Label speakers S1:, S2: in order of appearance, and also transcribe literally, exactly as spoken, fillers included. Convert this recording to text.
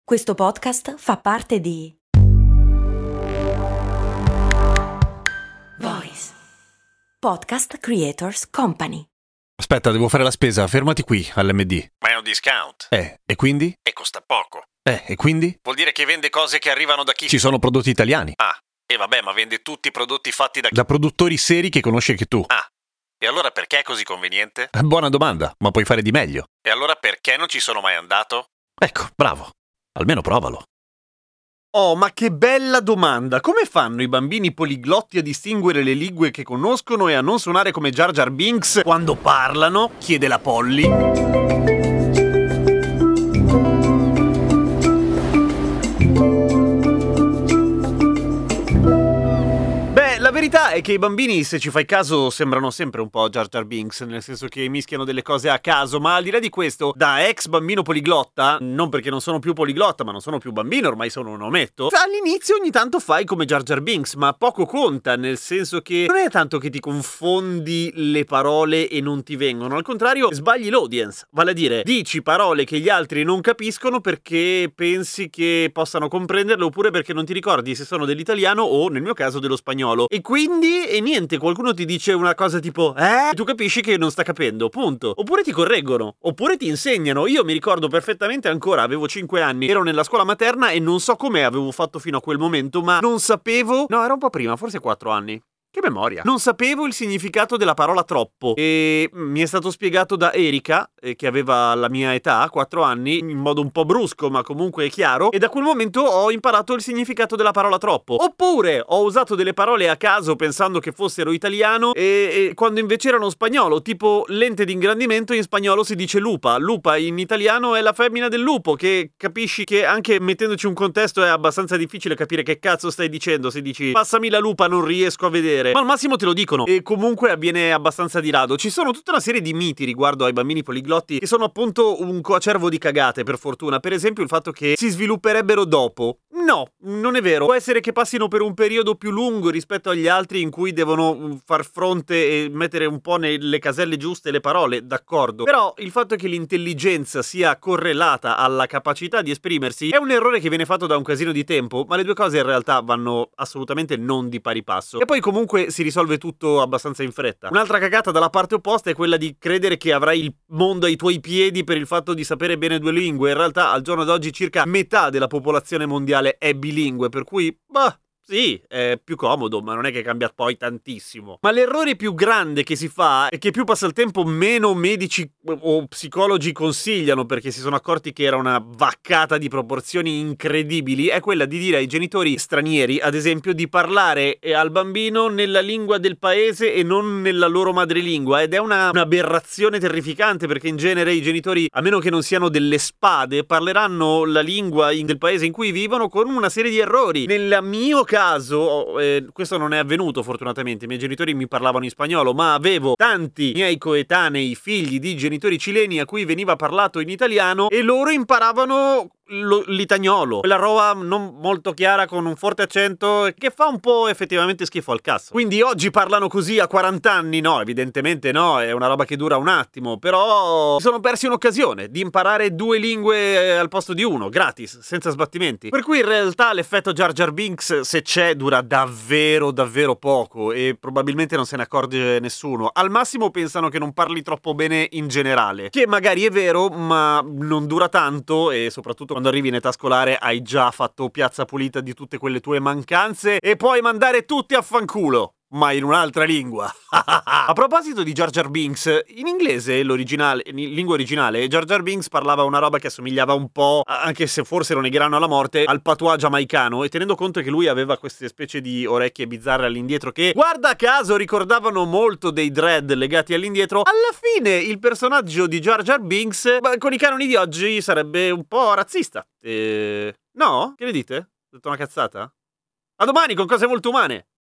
S1: Questo podcast fa parte di Voice Podcast Creators Company.
S2: Aspetta, devo fare la spesa, fermati qui all'M D.
S3: Ma è un discount.
S2: Eh, e quindi?
S3: E costa poco.
S2: Eh, e quindi?
S3: Vuol dire che vende cose che arrivano da chi?
S2: Ci sono prodotti italiani.
S3: Ah, e vabbè, ma vende tutti i prodotti fatti da chi?
S2: Da produttori seri che conosci anche tu.
S3: Ah, e allora perché è così conveniente?
S2: Buona domanda, ma puoi fare di meglio.
S3: E allora perché non ci sono mai andato?
S2: Ecco, bravo. Almeno provalo.
S4: Oh, ma che bella domanda! Come fanno i bambini poliglotti a distinguere le lingue che conoscono e a non suonare come Jar Jar Binks quando parlano? Chiede la Polly. La verità è che i bambini, se ci fai caso, sembrano sempre un po' Jar Jar Binks, nel senso che mischiano delle cose a caso, ma al di là di questo, da ex bambino poliglotta, non perché non sono più poliglotta, ma non sono più bambino, ormai sono un ometto, all'inizio ogni tanto fai come Jar Jar Binks, ma poco conta, nel senso che non è tanto che ti confondi le parole e non ti vengono, al contrario sbagli l'audience, vale a dire, dici parole che gli altri non capiscono perché pensi che possano comprenderle oppure perché non ti ricordi se sono dell'italiano o, nel mio caso, dello spagnolo. E quindi, e niente, qualcuno ti dice una cosa tipo eh? E tu capisci che non sta capendo, punto. Oppure ti correggono, oppure ti insegnano. Io mi ricordo perfettamente ancora, avevo cinque anni, ero nella scuola materna e non so come avevo fatto fino a quel momento, ma non sapevo, no, era un po' prima, forse quattro anni. Che memoria! Non sapevo il significato della parola troppo e mi è stato spiegato da Erika, eh, che aveva la mia età, quattro anni, in modo un po' brusco ma comunque chiaro, e da quel momento ho imparato il significato della parola troppo. Oppure ho usato delle parole a caso pensando che fossero italiano e, e quando invece erano spagnolo, tipo lente di ingrandimento in spagnolo si dice lupa, lupa in italiano è la femmina del lupo, che capisci che anche mettendoci un contesto è abbastanza difficile capire che cazzo stai dicendo se dici passami la lupa, non riesco a vedere. Ma al massimo te lo dicono e comunque avviene abbastanza di rado. Ci sono tutta una serie di miti riguardo ai bambini poliglotti che sono appunto un coacervo di cagate, per fortuna. Per esempio il fatto che si svilupperebbero dopo. No, non è vero. Può essere che passino per un periodo più lungo rispetto agli altri in cui devono far fronte e mettere un po' nelle caselle giuste le parole, d'accordo. Però il fatto che l'intelligenza sia correlata alla capacità di esprimersi è un errore che viene fatto da un casino di tempo, ma le due cose in realtà vanno assolutamente non di pari passo. E poi comunque si risolve tutto abbastanza in fretta. Un'altra cagata dalla parte opposta è quella di credere che avrai il mondo ai tuoi piedi per il fatto di sapere bene due lingue. In realtà al giorno d'oggi circa metà della popolazione mondiale è bilingue, per cui, bah, sì, è più comodo, ma non è che cambia poi tantissimo. Ma l'errore più grande che si fa e che più passa il tempo meno medici o psicologi consigliano perché si sono accorti che era una vaccata di proporzioni incredibili è quella di dire ai genitori stranieri, ad esempio, di parlare al bambino nella lingua del paese e non nella loro madrelingua, ed è una, un'aberrazione terrificante perché in genere i genitori, a meno che non siano delle spade, parleranno la lingua in, del paese in cui vivono con una serie di errori. Nel mio caso caso, eh, questo non è avvenuto fortunatamente, i miei genitori mi parlavano in spagnolo, ma avevo tanti miei coetanei figli di genitori cileni a cui veniva parlato in italiano e loro imparavano lo, l'itagnolo, quella roba non molto chiara con un forte accento che fa un po' effettivamente schifo al cazzo. Quindi oggi parlano così a quaranta anni? No, evidentemente no, è una roba che dura un attimo, però si sono persi un'occasione di imparare due lingue al posto di uno, gratis, senza sbattimenti. Per cui in realtà l'effetto Jar Jar Binks, se c'è, dura davvero davvero poco e probabilmente non se ne accorge nessuno. Al massimo pensano che non parli troppo bene in generale, che magari è vero, ma non dura tanto e soprattutto quando arrivi in età scolare hai già fatto piazza pulita di tutte quelle tue mancanze e puoi mandare tutti a fanculo, ma in un'altra lingua. A proposito di Jar Jar Binks, in inglese, l'originale, in lingua originale, Jar Jar Binks parlava una roba che assomigliava un po', anche se forse lo negheranno alla morte, al patois giamaicano, e tenendo conto che lui aveva queste specie di orecchie bizzarre all'indietro che, guarda caso, ricordavano molto dei dread legati all'indietro, alla fine il personaggio di Jar Jar Binks, con i canoni di oggi, sarebbe un po' razzista. E... no? Che ne dite? Ho detto una cazzata? A domani con cose molto umane!